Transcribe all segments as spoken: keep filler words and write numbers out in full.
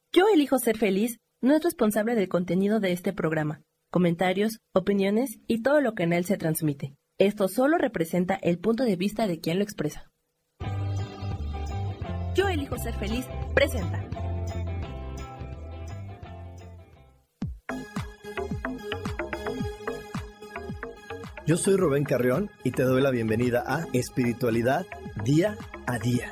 Yo elijo ser feliz no es responsable del contenido de este programa, comentarios, opiniones y todo lo que en él se transmite. Esto solo representa el punto de vista de quien lo expresa. Yo elijo ser feliz presenta. Yo soy Rubén Carrión y te doy la bienvenida a Espiritualidad Día a Día.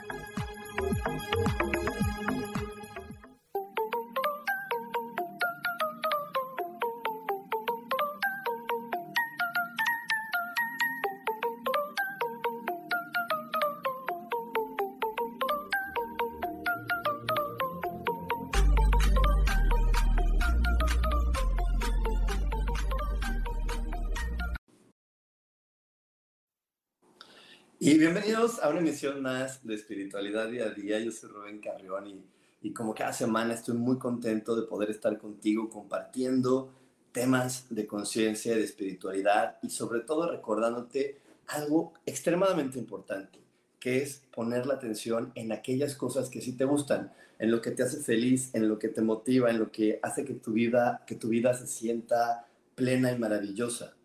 Y bienvenidos a una emisión más de Espiritualidad Día a Día. Yo soy Rubén Carrión y, y como cada semana estoy muy contento de poder estar contigo compartiendo temas de conciencia, de espiritualidad y sobre todo recordándote algo extremadamente importante, que es poner la atención en aquellas cosas que sí te gustan, en lo que te hace feliz, en lo que te motiva, en lo que hace que tu vida, que tu vida se sienta plena y maravillosa.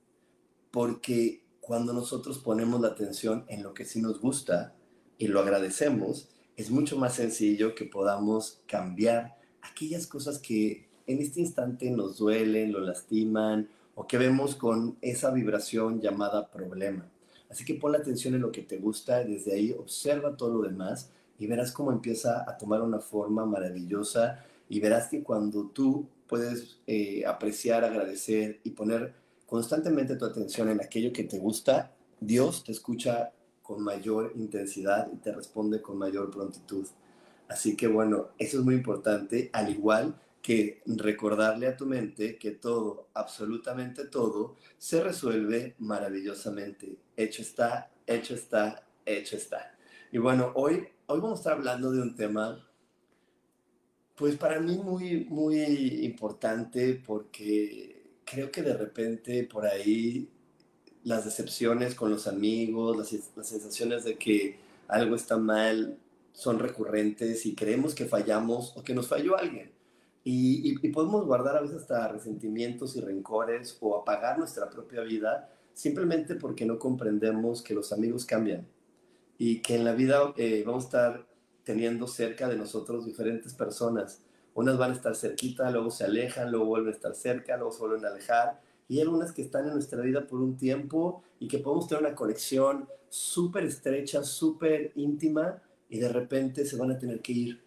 Porque cuando nosotros ponemos la atención en lo que sí nos gusta y lo agradecemos, es mucho más sencillo que podamos cambiar aquellas cosas que en este instante nos duelen, lo lastiman o que vemos con esa vibración llamada problema. Así que pon la atención en lo que te gusta, desde ahí observa todo lo demás y verás cómo empieza a tomar una forma maravillosa y verás que cuando tú puedes eh, apreciar, agradecer y poner constantemente tu atención en aquello que te gusta, Dios te escucha con mayor intensidad y te responde con mayor prontitud. Así que bueno, eso es muy importante, al igual que recordarle a tu mente que todo, absolutamente todo, se resuelve maravillosamente. Hecho está, hecho está, hecho está. Y bueno, hoy, hoy vamos a estar hablando de un tema, pues para mí muy, muy importante porque creo que de repente por ahí las decepciones con los amigos, las, las sensaciones de que algo está mal son recurrentes y creemos que fallamos o que nos falló alguien. Y, y, y podemos guardar a veces hasta resentimientos y rencores o apagar nuestra propia vida simplemente porque no comprendemos que los amigos cambian y que en la vida eh, vamos a estar teniendo cerca de nosotros diferentes personas. Unas van a estar cerquita, luego se alejan, luego vuelven a estar cerca, luego se vuelven a alejar. Y hay algunas que están en nuestra vida por un tiempo y que podemos tener una conexión súper estrecha, súper íntima y de repente se van a tener que ir.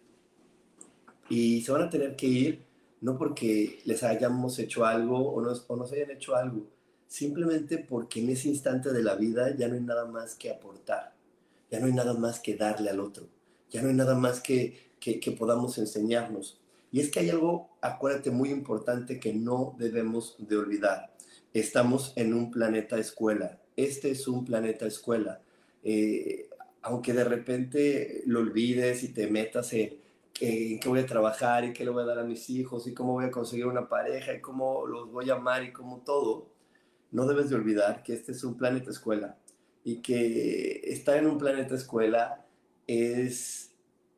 Y se van a tener que ir no porque les hayamos hecho algo o nos, o nos hayan hecho algo, simplemente porque en ese instante de la vida ya no hay nada más que aportar. Ya no hay nada más que darle al otro. Ya no hay nada más que, que, que podamos enseñarnos. Y es que hay algo, acuérdate, muy importante que no debemos de olvidar. Estamos en un planeta escuela. Este es un planeta escuela. Eh, aunque de repente lo olvides y te metas en en qué voy a trabajar y qué le voy a dar a mis hijos y cómo voy a conseguir una pareja y cómo los voy a amar y cómo todo, no debes de olvidar que este es un planeta escuela y que estar en un planeta escuela es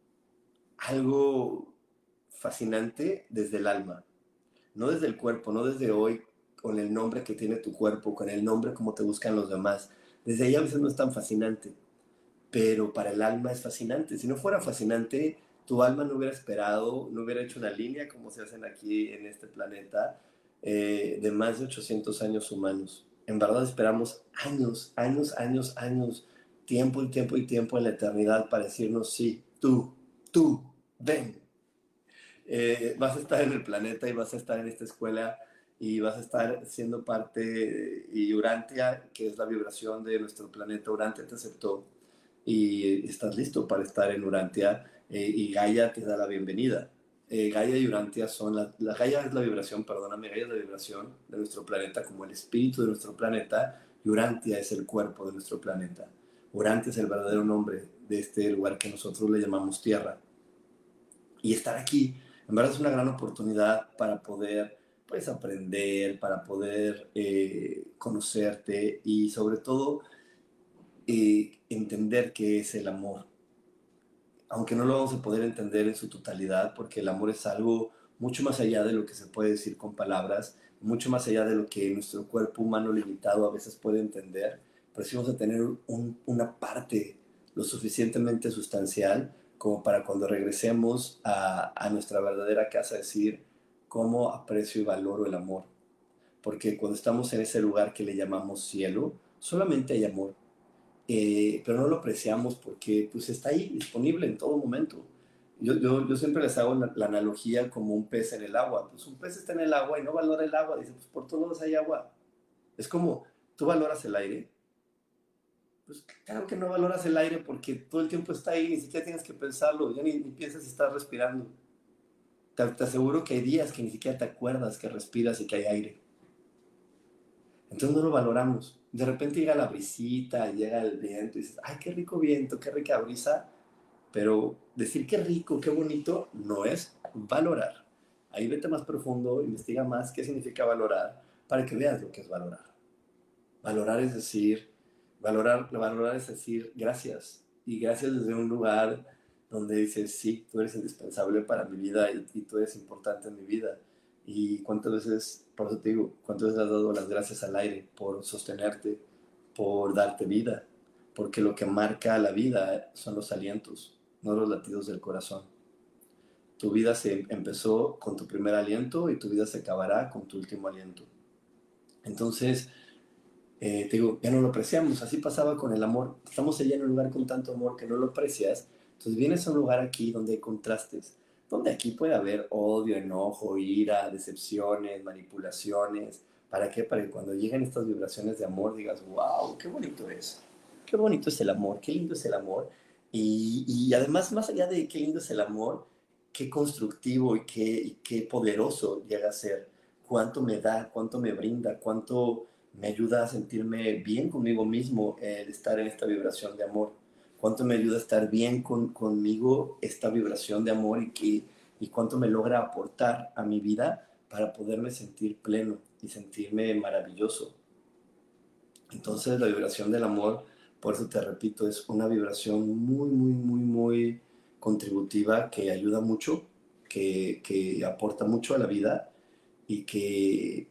algo fascinante desde el alma, no desde el cuerpo, no desde hoy con el nombre que tiene tu cuerpo, con el nombre como te buscan los demás. Desde ahí a veces no es tan fascinante, pero para el alma es fascinante. Si no fuera fascinante, tu alma no hubiera esperado, no hubiera hecho una línea como se hacen aquí en este planeta eh, de más de ochocientos años humanos. En verdad esperamos años, años, años, años, tiempo y tiempo y tiempo en la eternidad para decirnos, sí, tú, tú, ven. Eh, vas a estar en el planeta y vas a estar en esta escuela y vas a estar siendo parte, y Urantia, que es la vibración de nuestro planeta, Urantia te aceptó y estás listo para estar en Urantia eh, y Gaia te da la bienvenida. Eh, Gaia y Urantia son, la, la Gaia es la vibración, perdóname, Gaia es la vibración de nuestro planeta como el espíritu de nuestro planeta y Urantia es el cuerpo de nuestro planeta. Urantia es el verdadero nombre de este lugar que nosotros le llamamos Tierra. Y estar aquí, en verdad es una gran oportunidad para poder pues aprender, para poder eh, conocerte y sobre todo eh, entender qué es el amor. aunque no lo vamos a poder entender en su totalidad, porque el amor es algo mucho más allá de lo que se puede decir con palabras, mucho más allá de lo que nuestro cuerpo humano limitado a veces puede entender, pero sí vamos a tener un, una parte lo suficientemente sustancial como para cuando regresemos a, a nuestra verdadera casa decir cómo aprecio y valoro el amor. Porque cuando estamos en ese lugar que le llamamos cielo, solamente hay amor. Eh, pero no lo apreciamos porque pues está ahí disponible en todo momento. Yo, yo, yo siempre les hago la, la analogía como un pez en el agua. Pues un pez está en el agua y no valora el agua. Dice, pues por todos lados hay agua. Es como, ¿tú valoras el aire? Pues claro que no valoras el aire porque todo el tiempo está ahí, ni siquiera tienes que pensarlo, ya ni, ni piensas si estás respirando. Te, te aseguro que hay días que ni siquiera te acuerdas que respiras y que hay aire. Entonces no lo valoramos. De repente llega la brisita, llega el viento y dices, ay, qué rico viento, qué rica brisa. Pero decir qué rico, qué bonito, no es valorar. Ahí vete más profundo, investiga más qué significa valorar para que veas lo que es valorar. Valorar es decir, valorar, valorar es decir gracias. Y gracias desde un lugar donde dices, sí, tú eres indispensable para mi vida y, y tú eres importante en mi vida. Y cuántas veces, por eso te digo, cuántas veces has dado las gracias al aire por sostenerte, por darte vida, porque lo que marca la vida son los alientos, no los latidos del corazón. Tu vida se empezó con tu primer aliento y tu vida se acabará con tu último aliento. Entonces, eh, te digo, ya no lo apreciamos. Así pasaba con el amor. Estamos allá en un lugar con tanto amor que no lo aprecias. Entonces vienes a un lugar aquí donde hay contrastes, donde aquí puede haber odio, enojo, ira, decepciones, manipulaciones. ¿Para qué? Para que cuando lleguen estas vibraciones de amor digas, wow, qué bonito es. Qué bonito es el amor, qué lindo es el amor. Y, y además, más allá de qué lindo es el amor, qué constructivo y qué, y qué poderoso llega a ser. Cuánto me da, cuánto me brinda, cuánto me ayuda a sentirme bien conmigo mismo el estar en esta vibración de amor. Cuánto me ayuda a estar bien con, conmigo esta vibración de amor y, que, y cuánto me logra aportar a mi vida para poderme sentir pleno y sentirme maravilloso. Entonces la vibración del amor, por eso te repito, es una vibración muy, muy, muy, muy contributiva que ayuda mucho, que, que aporta mucho a la vida y que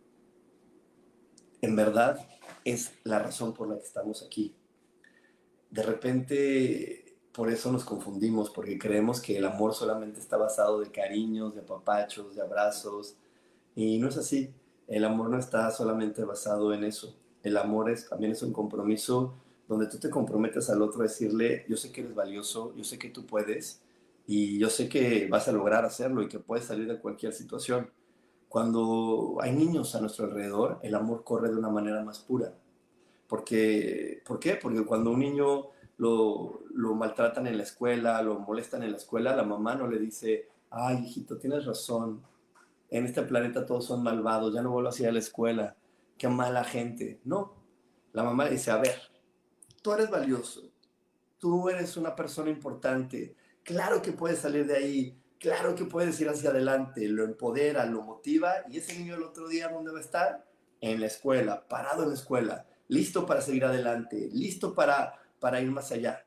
en verdad es la razón por la que estamos aquí. De repente, por eso nos confundimos, porque creemos que el amor solamente está basado de cariños, de apapachos, de abrazos, y no es así. El amor no está solamente basado en eso. El amor es, también es un compromiso donde tú te comprometes al otro a decirle, yo sé que eres valioso, yo sé que tú puedes, y yo sé que vas a lograr hacerlo y que puedes salir de cualquier situación. Cuando hay niños a nuestro alrededor, el amor corre de una manera más pura. Porque, ¿por qué? Porque cuando un niño lo, lo maltratan en la escuela, lo molestan en la escuela, la mamá no le dice, ay, hijito, tienes razón, en este planeta todos son malvados, ya no vuelvo así a la escuela, qué mala gente. No, la mamá le dice, a ver, tú eres valioso, tú eres una persona importante, claro que puedes salir de ahí, claro que puedes ir hacia adelante, lo empodera, lo motiva, y ese niño el otro día, ¿dónde va a estar? En la escuela, parado en la escuela, listo para seguir adelante, listo para, para ir más allá.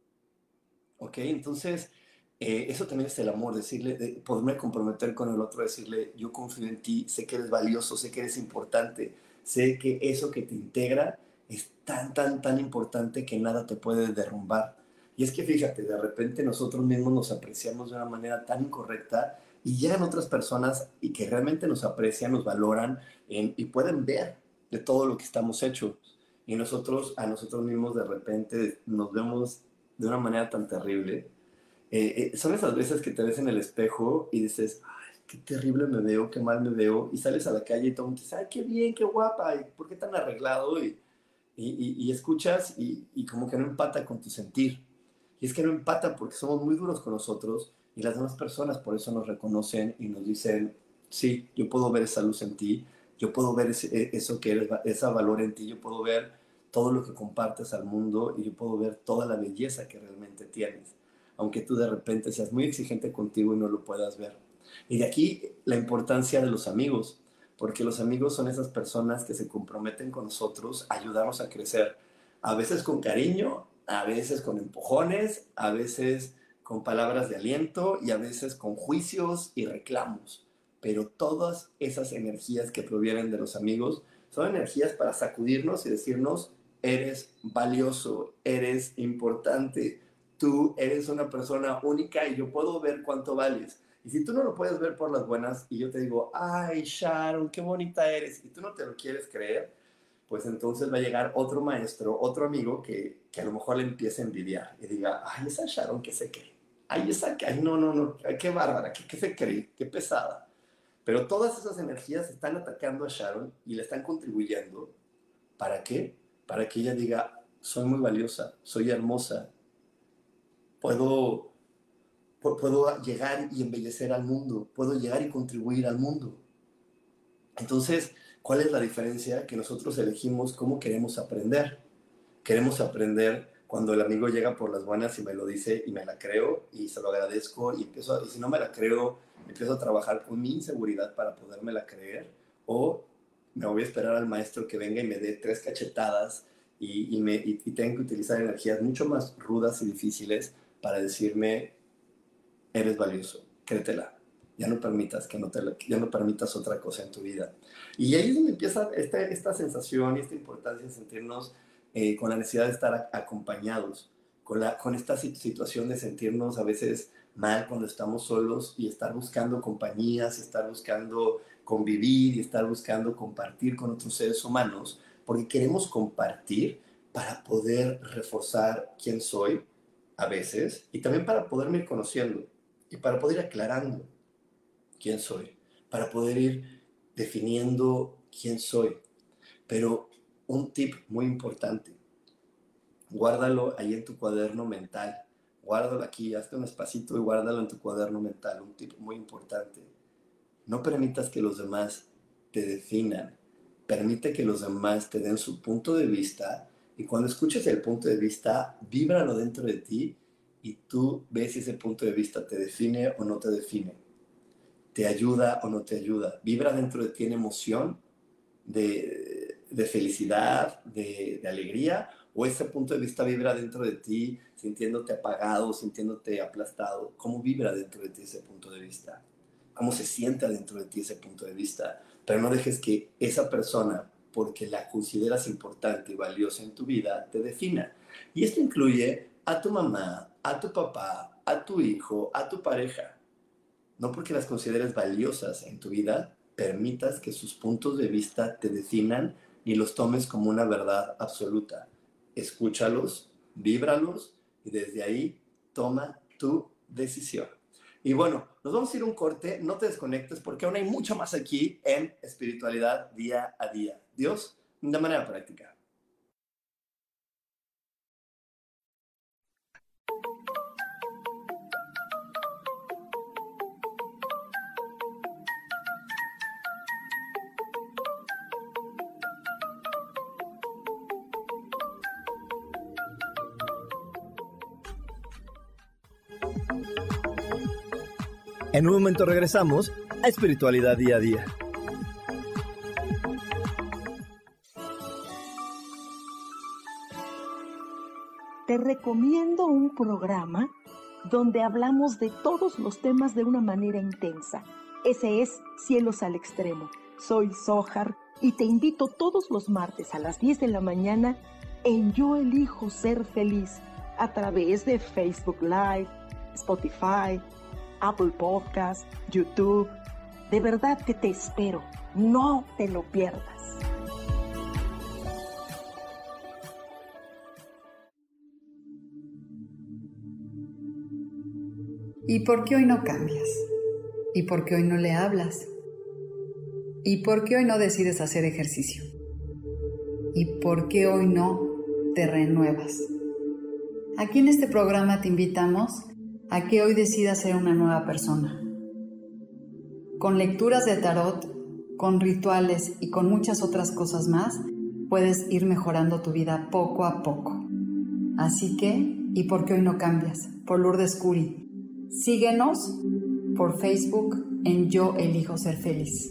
¿Ok? Entonces, eh, eso también es el amor, decirle, de poderme comprometer con el otro, decirle, yo confío en ti, sé que eres valioso, sé que eres importante, sé que eso que te integra es tan, tan, tan importante que nada te puede derrumbar. Y es que fíjate, de repente nosotros mismos nos apreciamos de una manera tan incorrecta y llegan otras personas y que realmente nos aprecian, nos valoran en, y pueden ver de todo lo que estamos hechos. Y nosotros, a nosotros mismos de repente nos vemos de una manera tan terrible. Eh, eh, son esas veces que te ves en el espejo y dices, ay, qué terrible me veo, qué mal me veo, y sales a la calle y todo el mundo dice, ay, qué bien, qué guapa, y por qué tan arreglado, y, y, y, y escuchas y, y como que no empata con tu sentir. Y es que no empata porque somos muy duros con nosotros y las demás personas por eso nos reconocen y nos dicen, sí, yo puedo ver esa luz en ti, yo puedo ver ese, eso que eres, esa valor en ti, yo puedo ver todo lo que compartes al mundo y yo puedo ver toda la belleza que realmente tienes, aunque tú de repente seas muy exigente contigo y no lo puedas ver. Y de aquí la importancia de los amigos, porque los amigos son esas personas que se comprometen con nosotros a ayudarnos a crecer, a veces con cariño, a veces con empujones, a veces con palabras de aliento y a veces con juicios y reclamos. Pero todas esas energías que provienen de los amigos son energías para sacudirnos y decirnos, eres valioso, eres importante, tú eres una persona única y yo puedo ver cuánto vales. Y si tú no lo puedes ver por las buenas y yo te digo, ay, Sharon, qué bonita eres, y tú no te lo quieres creer, pues entonces va a llegar otro maestro, otro amigo que, que a lo mejor le empiece a envidiar y diga, ay, esa Sharon, ¿qué se cree? Ay, esa, ay, no, no, no, ay, qué bárbara, ¿qué, qué se cree? Qué pesada. Pero todas esas energías están atacando a Sharon y le están contribuyendo. ¿Para qué? Para que ella diga, soy muy valiosa, soy hermosa, puedo, puedo llegar y embellecer al mundo, puedo llegar y contribuir al mundo. Entonces, ¿cuál es la diferencia? Que nosotros elegimos cómo queremos aprender. Queremos aprender cuando el amigo llega por las buenas y me lo dice y me la creo y se lo agradezco y empiezo a, y si no me la creo, empiezo a trabajar con mi inseguridad para podérmela creer, o me voy a esperar al maestro que venga y me dé tres cachetadas y, y, me, y, y tengo que utilizar energías mucho más rudas y difíciles para decirme, eres valioso, créetela. Ya no permitas que no te, ya no permitas otra cosa en tu vida. Y ahí es donde empieza esta, esta sensación y esta importancia en sentirnos eh, con la necesidad de estar a, acompañados, con, la, con esta situación de sentirnos a veces mal cuando estamos solos y estar buscando compañías, estar buscando convivir y estar buscando compartir con otros seres humanos, porque queremos compartir para poder reforzar quién soy a veces y también para poderme ir conociendo y para poder ir aclarando quién soy, para poder ir definiendo quién soy. Pero un tip muy importante, guárdalo ahí en tu cuaderno mental, guárdalo aquí, hazte un espacito y guárdalo en tu cuaderno mental, un tip muy importante. No permitas que los demás te definan, permite que los demás te den su punto de vista y cuando escuches el punto de vista, víbralo dentro de ti y tú ves si ese punto de vista te define o no te define, te ayuda o no te ayuda, vibra dentro de ti en emoción, de, de felicidad, de, de alegría, o ese punto de vista vibra dentro de ti sintiéndote apagado, sintiéndote aplastado. ¿Cómo vibra dentro de ti ese punto de vista? ¿Cómo se siente dentro de ti ese punto de vista? Pero no dejes que esa persona, porque la consideras importante y valiosa en tu vida, te defina. Y esto incluye a tu mamá, a tu papá, a tu hijo, a tu pareja. No porque las consideres valiosas en tu vida, permitas que sus puntos de vista te definan ni los tomes como una verdad absoluta. Escúchalos, víbralos y desde ahí toma tu decisión. Y bueno, nos vamos a ir a un corte, no te desconectes porque aún hay mucho más aquí en espiritualidad día a día. Dios, de manera práctica. En un momento regresamos a Espiritualidad Día a Día. Te recomiendo un programa donde hablamos de todos los temas de una manera intensa. Ese es Cielos al Extremo. Soy Sohar y te invito todos los martes a las diez de la mañana en Yo Elijo Ser Feliz a través de Facebook Live, Spotify, Apple Podcast, YouTube. De verdad que te espero. No te lo pierdas. ¿Y por qué hoy no cambias? ¿Y por qué hoy no le hablas? ¿Y por qué hoy no decides hacer ejercicio? ¿Y por qué hoy no te renuevas? Aquí en este programa te invitamos a que hoy decidas ser una nueva persona. Con lecturas de tarot, con rituales y con muchas otras cosas más, puedes ir mejorando tu vida poco a poco. Así que, ¿y por qué hoy no cambias? Por Lourdes Curi. Síguenos por Facebook en Yo Elijo Ser Feliz.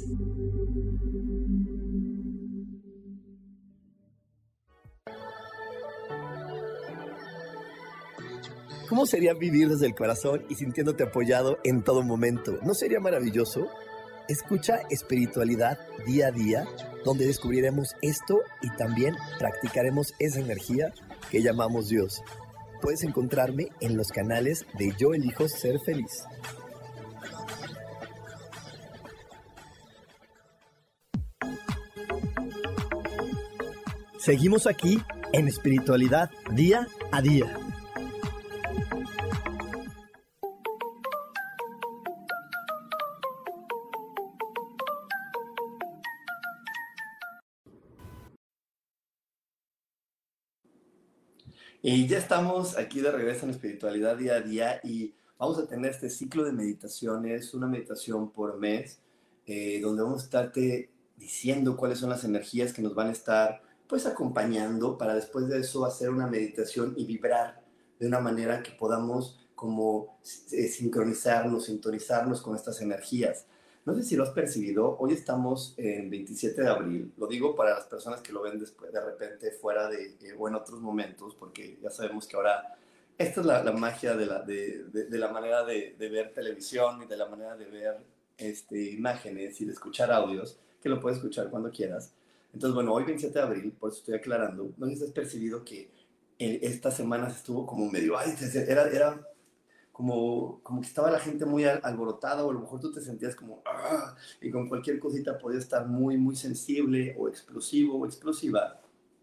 ¿Cómo sería vivir desde el corazón y sintiéndote apoyado en todo momento? ¿No sería maravilloso? Escucha Espiritualidad Día a Día, donde descubriremos esto y también practicaremos esa energía que llamamos Dios. Puedes encontrarme en los canales de Yo Elijo Ser Feliz. Seguimos aquí en Espiritualidad Día a Día. Y ya estamos aquí de regreso en Espiritualidad Día a Día y vamos a tener este ciclo de meditaciones, una meditación por mes, eh, donde vamos a estarte diciendo cuáles son las energías que nos van a estar pues acompañando para después de eso hacer una meditación y vibrar de una manera que podamos como eh, sincronizarnos, sintonizarnos con estas energías. No sé si lo has percibido, hoy estamos en veintisiete de abril, lo digo para las personas que lo ven después, de repente fuera de, eh, o en otros momentos, porque ya sabemos que ahora esta es la, la magia de la, de, de, de la manera de, de ver televisión y de la manera de ver este, imágenes y de escuchar audios, que lo puedes escuchar cuando quieras. Entonces, bueno, hoy veintisiete de abril, por eso estoy aclarando, no sé si has percibido que en estas semanas estuvo como medio, ay, era... era Como, como que estaba la gente muy alborotada o a lo mejor tú te sentías como ¡ah! Y con cualquier cosita podías estar muy, muy sensible o explosivo o explosiva.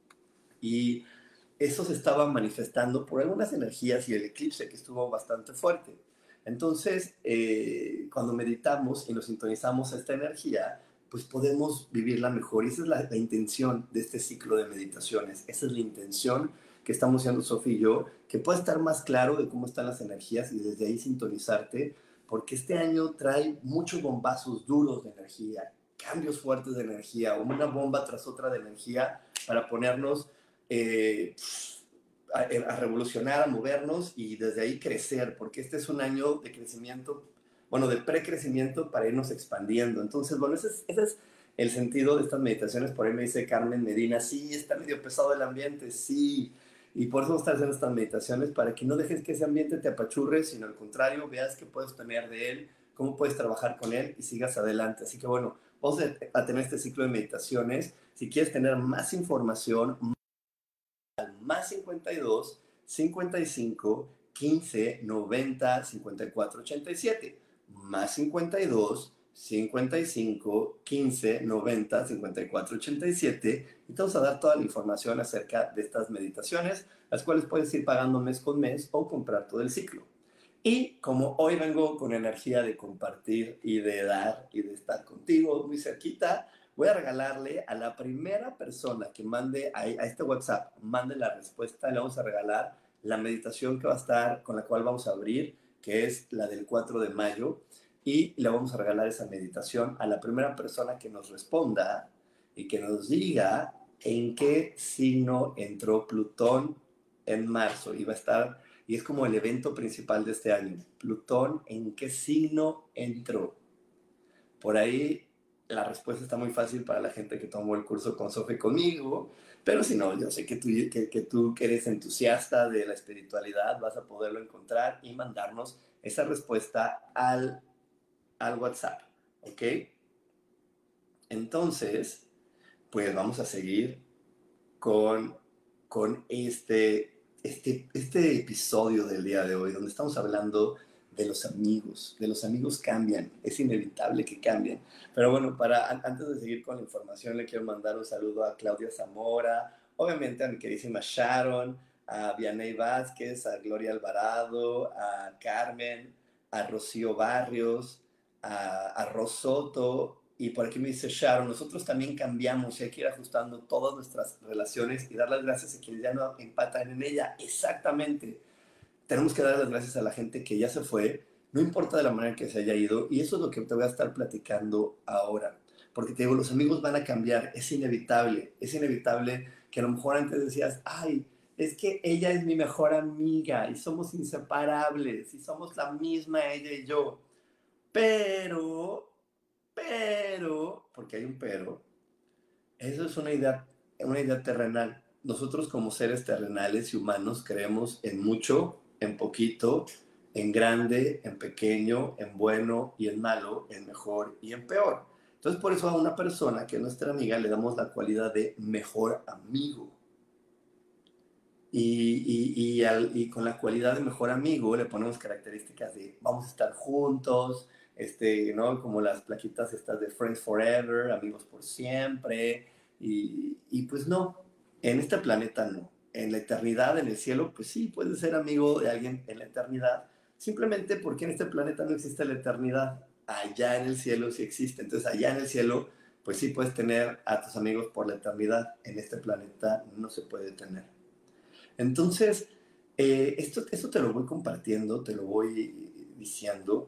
Y eso se estaba manifestando por algunas energías y el eclipse que estuvo bastante fuerte. Entonces, eh, cuando meditamos y nos sintonizamos a esta energía, pues podemos vivirla mejor. Y esa es la, la intención de este ciclo de meditaciones. Esa es la intención que estamos haciendo Sofía y yo, que pueda estar más claro de cómo están las energías y desde ahí sintonizarte, porque este año trae muchos bombazos duros de energía, cambios fuertes de energía, una bomba tras otra de energía para ponernos eh, a, a revolucionar, a movernos y desde ahí crecer, porque este es un año de crecimiento, bueno, de precrecimiento para irnos expandiendo. Entonces, bueno, ese es, ese es el sentido de estas meditaciones. Por ahí me dice Carmen Medina, sí, está medio pesado el ambiente, sí. Y por eso vamos a estar haciendo estas meditaciones, para que no dejes que ese ambiente te apachurre, sino al contrario, veas qué puedes tener de él, cómo puedes trabajar con él y sigas adelante. Así que bueno, vamos a tener este ciclo de meditaciones. Si quieres tener más información, más cincuenta y dos, cincuenta y cinco, quince, noventa, cincuenta y cuatro, ochenta y siete. Más cincuenta y dos, cincuenta y cinco, quince, noventa, cincuenta y cuatro, ochenta y siete, y te vamos a dar toda la información acerca de estas meditaciones, las cuales puedes ir pagando mes con mes o comprar todo el ciclo. Y como hoy vengo con energía de compartir y de dar y de estar contigo muy cerquita, voy a regalarle a la primera persona que mande a, a este WhatsApp, mande la respuesta, le vamos a regalar la meditación que va a estar, con la cual vamos a abrir, que es la del cuatro de mayo, y le vamos a regalar esa meditación a la primera persona que nos responda y que nos diga en qué signo entró Plutón en marzo. Y va a estar, y es como el evento principal de este año. Plutón, ¿en qué signo entró? Por ahí la respuesta está muy fácil para la gente que tomó el curso con Sofía conmigo, pero si no, yo sé que tú, que, que tú que eres entusiasta de la espiritualidad vas a poderlo encontrar y mandarnos esa respuesta al al WhatsApp, ¿ok? Entonces, pues vamos a seguir con, con este, este, este episodio del día de hoy, donde estamos hablando de los amigos. De los amigos cambian, es inevitable que cambien. Pero bueno, para, antes de seguir con la información, le quiero mandar un saludo a Claudia Zamora, obviamente a mi queridísima Sharon, a Vianey Vázquez, a Gloria Alvarado, a Carmen, a Rocío Barrios, a, a Rosoto, y por aquí me dice Sharon, nosotros también cambiamos y hay que ir ajustando todas nuestras relaciones y dar las gracias a quienes ya no empatan en ella. Exactamente, tenemos que dar las gracias a la gente que ya se fue, no importa de la manera que se haya ido, y eso es lo que te voy a estar platicando ahora, porque te digo, los amigos van a cambiar, es inevitable, es inevitable que a lo mejor antes decías, ay, es que ella es mi mejor amiga y somos inseparables y somos la misma ella y yo. Pero, pero, porque hay un pero, eso es una idea, una idea terrenal. Nosotros como seres terrenales y humanos creemos en mucho en poquito, en grande, en pequeño, en bueno y en malo, en mejor y en peor. Entonces, por eso a una persona que es nuestra amiga le damos la cualidad de mejor amigo. Y, y, y, al, y con la cualidad de mejor amigo le ponemos características de vamos a estar juntos, este, ¿no? Como las plaquitas estas de Friends Forever, amigos por siempre. Y, y pues no, en este planeta no. En la eternidad, en el cielo, pues sí, puedes ser amigo de alguien en la eternidad, simplemente porque en este planeta no existe la eternidad. Allá en el cielo sí existe. Entonces allá en el cielo, pues sí puedes tener a tus amigos por la eternidad. En este planeta no se puede tener. Entonces, eh, esto, esto te lo voy compartiendo, te lo voy diciendo,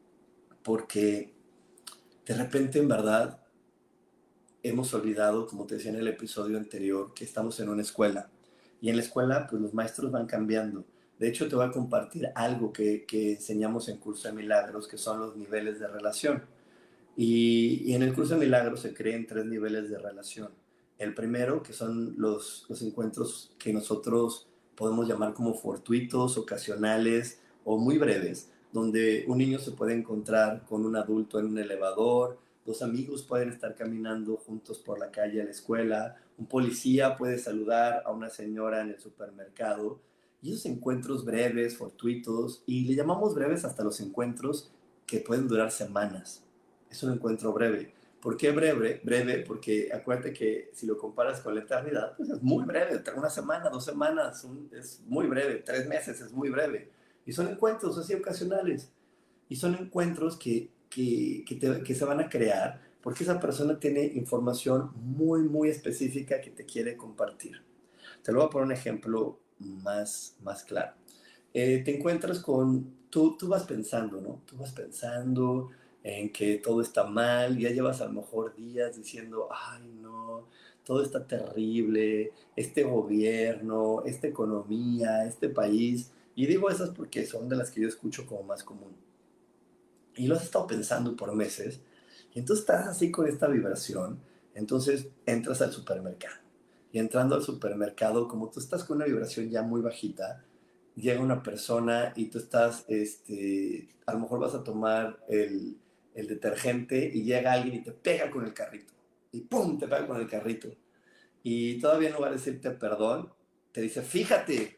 porque de repente, en verdad, hemos olvidado, como te decía en el episodio anterior, que estamos en una escuela. Y en la escuela, pues los maestros van cambiando. De hecho, te voy a compartir algo que, que enseñamos en Curso de Milagros, que son los niveles de relación. Y, y en el Curso de Milagros se crean tres niveles de relación. El primero, que son los, los encuentros que nosotros podemos llamar como fortuitos, ocasionales o muy breves, donde un niño se puede encontrar con un adulto en un elevador, dos amigos pueden estar caminando juntos por la calle a la escuela, un policía puede saludar a una señora en el supermercado, y esos encuentros breves, fortuitos, y le llamamos breves hasta los encuentros que pueden durar semanas. Es un encuentro breve. ¿Por qué breve? Breve porque acuérdate que si lo comparas con la eternidad, pues es muy breve. Una semana, dos semanas, un, es muy breve. Tres meses es muy breve. Y son encuentros así ocasionales. Y son encuentros que, que, que, te, que se van a crear porque esa persona tiene información muy, muy específica que te quiere compartir. Te lo voy a poner un ejemplo más, más claro. Eh, te encuentras con... Tú, tú vas pensando, ¿no? Tú vas pensando en que todo está mal, ya llevas a lo mejor días diciendo, ay no, todo está terrible, este gobierno, esta economía, este país, y digo esas porque son de las que yo escucho como más común. Y lo has estado pensando por meses, y entonces estás así con esta vibración, entonces entras al supermercado, y entrando al supermercado, como tú estás con una vibración ya muy bajita, llega una persona y tú estás, este, a lo mejor vas a tomar el, el detergente y llega alguien y te pega con el carrito. Y ¡pum! Te pega con el carrito. Y todavía no va a decirte perdón, te dice, fíjate.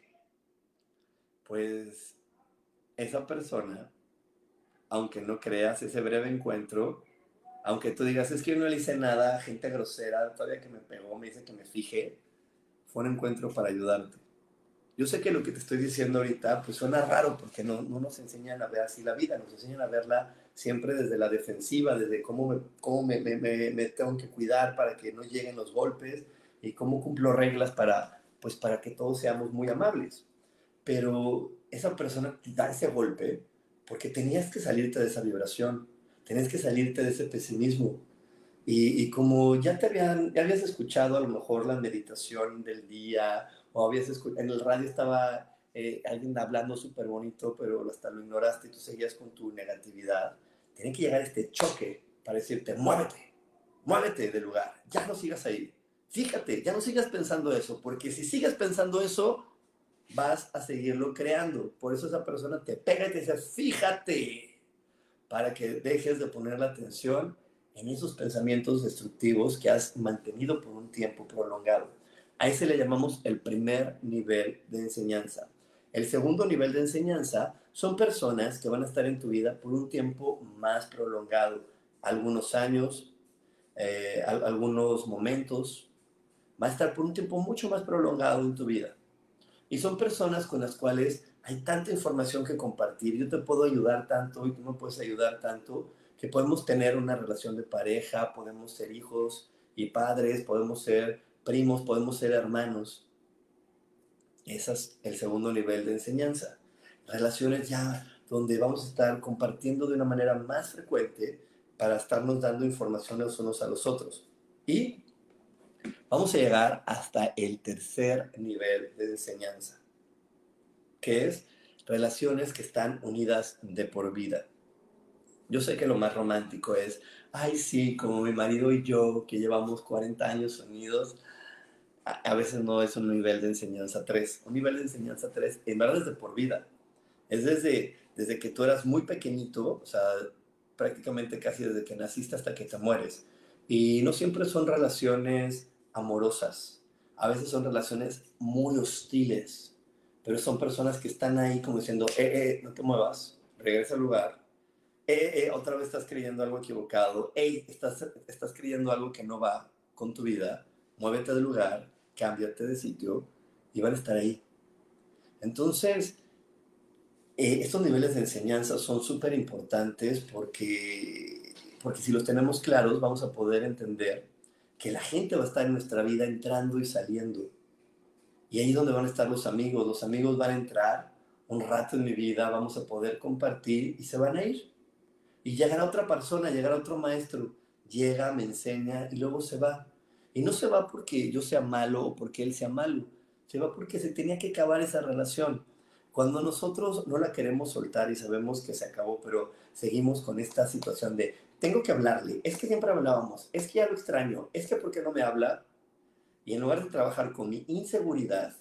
Pues esa persona, aunque no creas ese breve encuentro, aunque tú digas, es que yo no le hice nada, gente grosera, todavía que me pegó, me dice que me fije, fue un encuentro para ayudarte. Yo sé que lo que te estoy diciendo ahorita pues suena raro porque no, no nos enseñan a ver así la vida, nos enseñan a verla siempre desde la defensiva, desde cómo, me, cómo me, me, me, me tengo que cuidar para que no lleguen los golpes y cómo cumplo reglas para, pues, para que todos seamos muy amables. Pero esa persona te da ese golpe porque tenías que salirte de esa vibración, tenías que salirte de ese pesimismo. Y, y como ya, te habían, ya habías escuchado a lo mejor la meditación del día, o habías escuchado, en el radio estaba eh, alguien hablando súper bonito, pero hasta lo ignoraste y tú seguías con tu negatividad, tiene que llegar este choque para decirte, muévete, muévete del lugar, ya no sigas ahí. Fíjate, ya no sigas pensando eso, porque si sigues pensando eso, vas a seguirlo creando. Por eso esa persona te pega y te dice, fíjate, para que dejes de poner la atención en esos pensamientos destructivos que has mantenido por un tiempo prolongado. A ese le llamamos el primer nivel de enseñanza. El segundo nivel de enseñanza son personas que van a estar en tu vida por un tiempo más prolongado, algunos años, eh, algunos momentos, va a estar por un tiempo mucho más prolongado en tu vida. Y son personas con las cuales hay tanta información que compartir, yo te puedo ayudar tanto y tú me puedes ayudar tanto, que podemos tener una relación de pareja, podemos ser hijos y padres, podemos ser primos, podemos ser hermanos. Ese es el segundo nivel de enseñanza. Relaciones ya donde vamos a estar compartiendo de una manera más frecuente para estarnos dando información los unos a los otros. Y vamos a llegar hasta el tercer nivel de enseñanza, que es relaciones que están unidas de por vida. Yo sé que lo más romántico es, ay sí, como mi marido y yo, que llevamos cuarenta años unidos, a, a veces no es un nivel de enseñanza tres. Un nivel de enseñanza tres, en verdad es de por vida. Es desde, desde que tú eras muy pequeñito, o sea, prácticamente casi desde que naciste hasta que te mueres. Y no siempre son relaciones amorosas, a veces son relaciones muy hostiles, pero son personas que están ahí como diciendo, eh, eh, no te muevas, regresa al lugar, eh, eh, otra vez estás creyendo algo equivocado, hey, estás, estás creyendo algo que no va con tu vida, muévete del lugar, cámbiate de sitio y van a estar ahí. Entonces, eh, estos niveles de enseñanza son súper importantes porque, porque si los tenemos claros vamos a poder entender que la gente va a estar en nuestra vida entrando y saliendo. Y ahí es donde van a estar los amigos. Los amigos van a entrar un rato en mi vida, vamos a poder compartir y se van a ir. Y llegará otra persona, llegará otro maestro, llega, me enseña y luego se va. Y no se va porque yo sea malo o porque él sea malo, se va porque se tenía que acabar esa relación. Cuando nosotros no la queremos soltar y sabemos que se acabó, pero seguimos con esta situación de tengo que hablarle, es que siempre hablábamos, es que ya lo extraño, es que ¿por qué no me habla? Y en lugar de trabajar con mi inseguridad,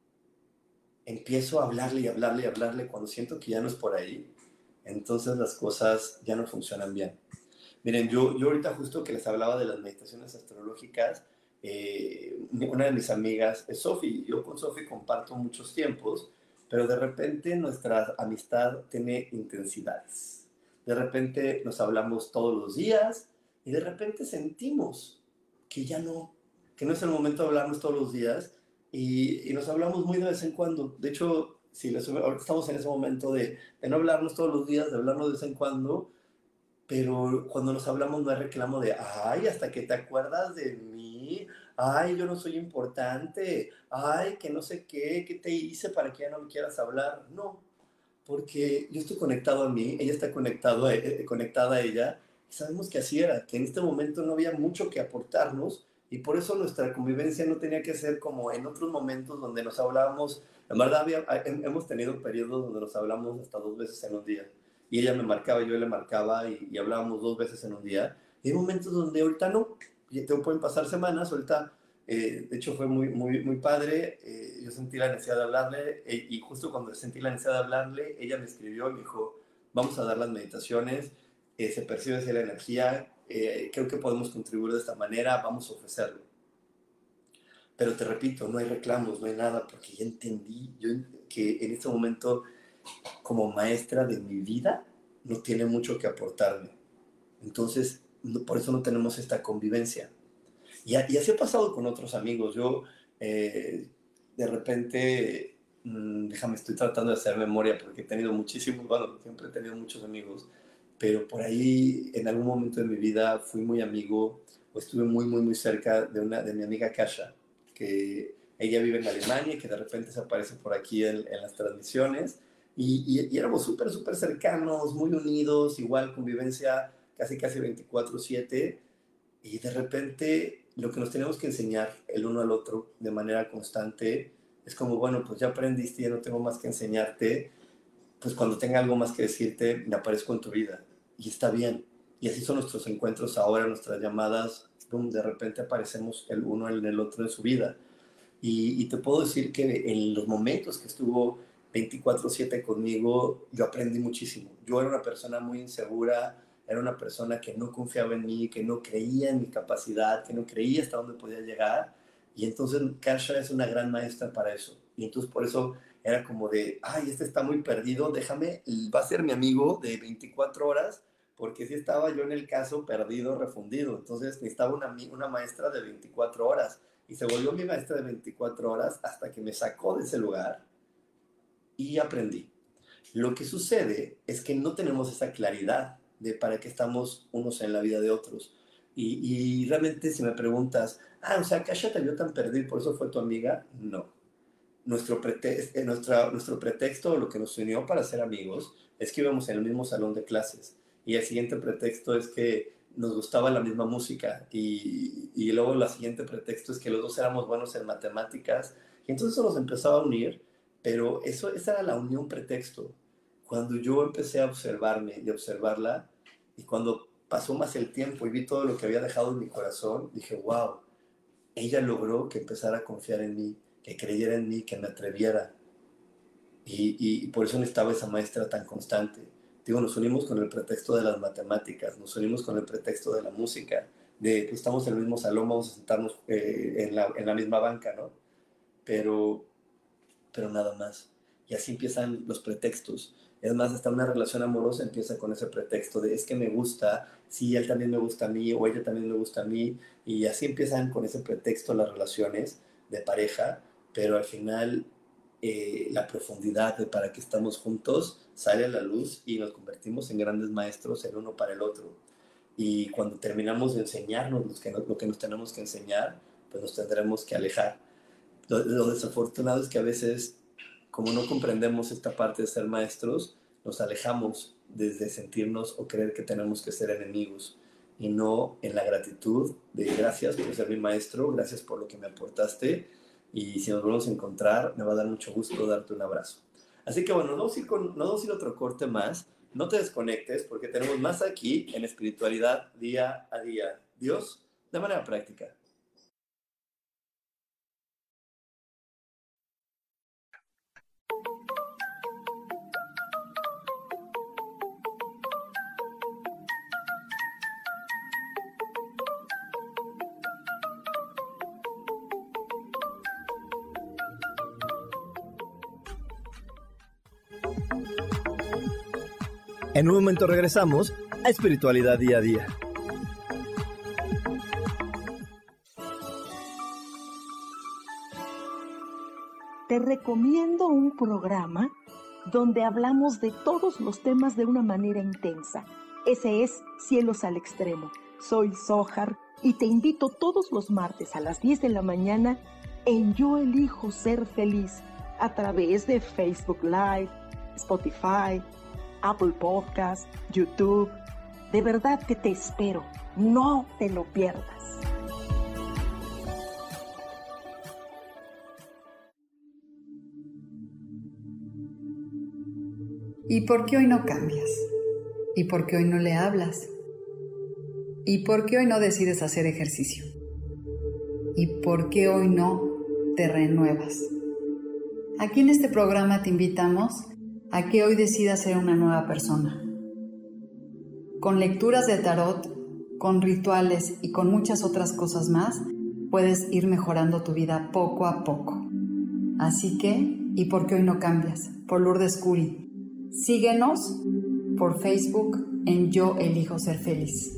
empiezo a hablarle y hablarle y hablarle cuando siento que ya no es por ahí. Entonces las cosas ya no funcionan bien. Miren, yo, yo ahorita justo que les hablaba de las meditaciones astrológicas, eh, una de mis amigas es Sofi. Yo con Sofi comparto muchos tiempos, pero de repente nuestra amistad tiene intensidades. De repente nos hablamos todos los días y de repente sentimos que ya no, que no es el momento de hablarnos todos los días y, y nos hablamos muy de vez en cuando. De hecho, si les, ahorita estamos en ese momento de, de no hablarnos todos los días, de hablarnos de vez en cuando, pero cuando nos hablamos no hay reclamo de, ay, hasta que te acuerdas de mí, ay, yo no soy importante, ay, que no sé qué, qué te hice para que ya no me quieras hablar. No, porque yo estoy conectado a mí, ella está conectado a, eh, conectada a ella, y sabemos que así era, que en este momento no había mucho que aportarnos, y por eso nuestra convivencia no tenía que ser como en otros momentos donde nos hablábamos. En verdad había, hemos tenido periodos donde nos hablamos hasta dos veces en un día, y ella me marcaba, yo le marcaba, y, y hablábamos dos veces en un día. Y hay momentos donde ahorita no, y te pueden pasar semanas, ahorita, eh, de hecho fue muy, muy, muy padre, eh, yo sentí la necesidad de hablarle, eh, y justo cuando sentí la necesidad de hablarle, ella me escribió y me dijo, vamos a dar las meditaciones, eh, se percibe así la energía, eh, creo que podemos contribuir de esta manera, vamos a ofrecerlo. Pero te repito, no hay reclamos, no hay nada, porque ya entendí yo, que en este momento, como maestra de mi vida, no tiene mucho que aportarme. Entonces, no, por eso no tenemos esta convivencia. Y, y así ha pasado con otros amigos. Yo, eh, de repente, mmm, déjame, estoy tratando de hacer memoria porque he tenido muchísimos, bueno, siempre he tenido muchos amigos, pero por ahí, en algún momento de mi vida, fui muy amigo o estuve muy, muy, muy cerca de, una, de mi amiga Kasha, que ella vive en Alemania y que de repente se aparece por aquí en, en las transmisiones. Y, y, y éramos súper, súper cercanos, muy unidos, igual convivencia casi, casi veinticuatro siete. Y de repente lo que nos tenemos que enseñar el uno al otro de manera constante es como, bueno, pues ya aprendiste, ya no tengo más que enseñarte, pues cuando tenga algo más que decirte, me aparezco en tu vida. Y está bien. Y así son nuestros encuentros ahora, nuestras llamadas, boom, de repente aparecemos el uno en el otro en su vida. Y, y te puedo decir que en los momentos que estuvo veinticuatro siete conmigo, yo aprendí muchísimo. Yo era una persona muy insegura, era una persona que no confiaba en mí, que no creía en mi capacidad, que no creía hasta dónde podía llegar. Y entonces Kasha es una gran maestra para eso. Y entonces por eso era como de, ay, este está muy perdido, déjame, va a ser mi amigo de veinticuatro horas, porque sí estaba yo en el caso perdido, refundido. Entonces necesitaba una, una maestra de veinticuatro horas. Y se volvió mi maestra de veinticuatro horas hasta que me sacó de ese lugar y aprendí. Lo que sucede es que no tenemos esa claridad de para qué estamos unos en la vida de otros. Y, y realmente si me preguntas, ah, o sea, Kasha te vio tan perdido y por eso fue tu amiga, no. Nuestro, prete eh, nuestra, nuestro pretexto, lo que nos unió para ser amigos, es que íbamos en el mismo salón de clases. Y el siguiente pretexto es que nos gustaba la misma música. Y, y luego el siguiente pretexto es que los dos éramos buenos en matemáticas. Y entonces eso nos empezaba a unir, pero eso, esa era la unión pretexto. Cuando yo empecé a observarme y observarla, y cuando pasó más el tiempo y vi todo lo que había dejado en mi corazón, dije, wow, ella logró que empezara a confiar en mí, que creyera en mí, que me atreviera. Y, y, y por eso necesitaba esa maestra tan constante. Digo, nos unimos con el pretexto de las matemáticas, nos unimos con el pretexto de la música, de pues estamos en el mismo salón, vamos a sentarnos eh, en, la, en la misma banca, ¿no? Pero, pero nada más. Y así empiezan los pretextos. Es más, hasta una relación amorosa empieza con ese pretexto de es que me gusta, sí, él también me gusta a mí, o ella también me gusta a mí, y así empiezan con ese pretexto las relaciones de pareja, pero al final eh, la profundidad de para qué estamos juntos sale a la luz y nos convertimos en grandes maestros el uno para el otro. Y cuando terminamos de enseñarnos lo que, nos, lo que nos tenemos que enseñar, pues nos tendremos que alejar. Lo, lo desafortunado es que a veces, como no comprendemos esta parte de ser maestros, nos alejamos desde sentirnos o creer que tenemos que ser enemigos y no en la gratitud de gracias por ser mi maestro, gracias por lo que me aportaste, y si nos volvemos a encontrar me va a dar mucho gusto darte un abrazo. Así que bueno, nos vamos a ir, con, nos vamos a ir a otro corte más. No te desconectes porque tenemos más aquí en espiritualidad día a día. Dios de manera práctica. En un momento regresamos a Espiritualidad Día a Día. Te recomiendo un programa donde hablamos de todos los temas de una manera intensa. Ese es Cielos al Extremo. Soy Sohar y te invito todos los martes a las diez de la mañana en Yo Elijo Ser Feliz a través de Facebook Live, Spotify, Apple Podcast, YouTube. De verdad que te espero. No te lo pierdas. ¿Y por qué hoy no cambias? ¿Y por qué hoy no le hablas? ¿Y por qué hoy no decides hacer ejercicio? ¿Y por qué hoy no te renuevas? Aquí en este programa te invitamos a que hoy decidas ser una nueva persona. Con lecturas de tarot, con rituales y con muchas otras cosas más, puedes ir mejorando tu vida poco a poco. Así que, ¿y por qué hoy no cambias? Por Lourdes Curi. Síguenos por Facebook en Yo Elijo Ser Feliz.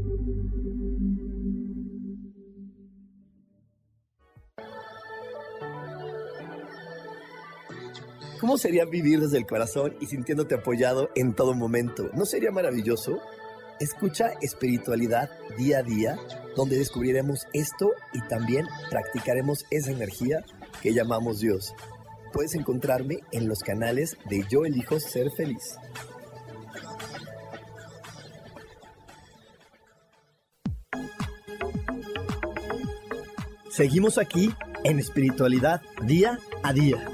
¿Cómo sería vivir desde el corazón y sintiéndote apoyado en todo momento? ¿No sería maravilloso? Escucha Espiritualidad Día a Día, donde descubriremos esto y también practicaremos esa energía que llamamos Dios. Puedes encontrarme en los canales de Yo Elijo Ser Feliz. Seguimos aquí en Espiritualidad Día a Día.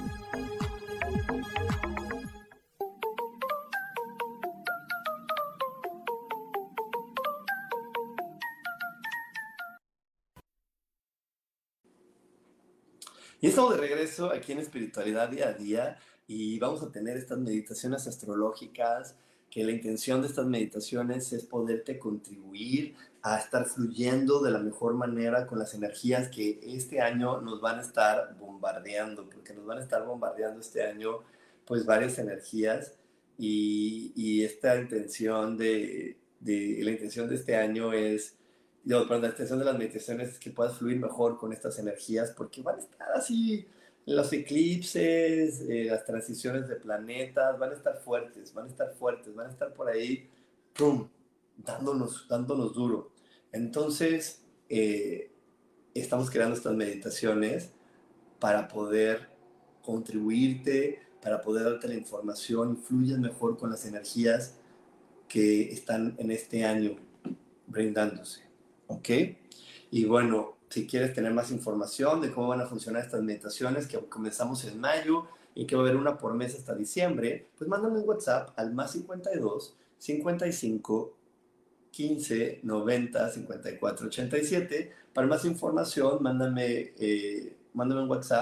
Y estamos de regreso aquí en Espiritualidad Día a Día y vamos a tener estas meditaciones astrológicas, que la intención de estas meditaciones es poderte contribuir a estar fluyendo de la mejor manera con las energías que este año nos van a estar bombardeando, porque nos van a estar bombardeando este año pues varias energías y, y esta intención de, de, la intención de este año es... Yo, pero la intención de las meditaciones es que puedas fluir mejor con estas energías porque van a estar así, los eclipses, eh, las transiciones de planetas, van a estar fuertes, van a estar fuertes, van a estar por ahí, ¡pum!, dándonos, dándonos duro. Entonces, eh, estamos creando estas meditaciones para poder contribuirte, para poder darte la información y fluyas mejor con las energías que están en este año brindándose. ¿Ok? Y bueno, si quieres tener más información de cómo van a funcionar estas meditaciones, que comenzamos en mayo y que va a haber una por mes hasta diciembre, pues mándame un WhatsApp al más cincuenta y dos, cincuenta y cinco, quince, noventa, cincuenta y cuatro, ochenta y siete. Para más información, mándame, eh, mándame un WhatsApp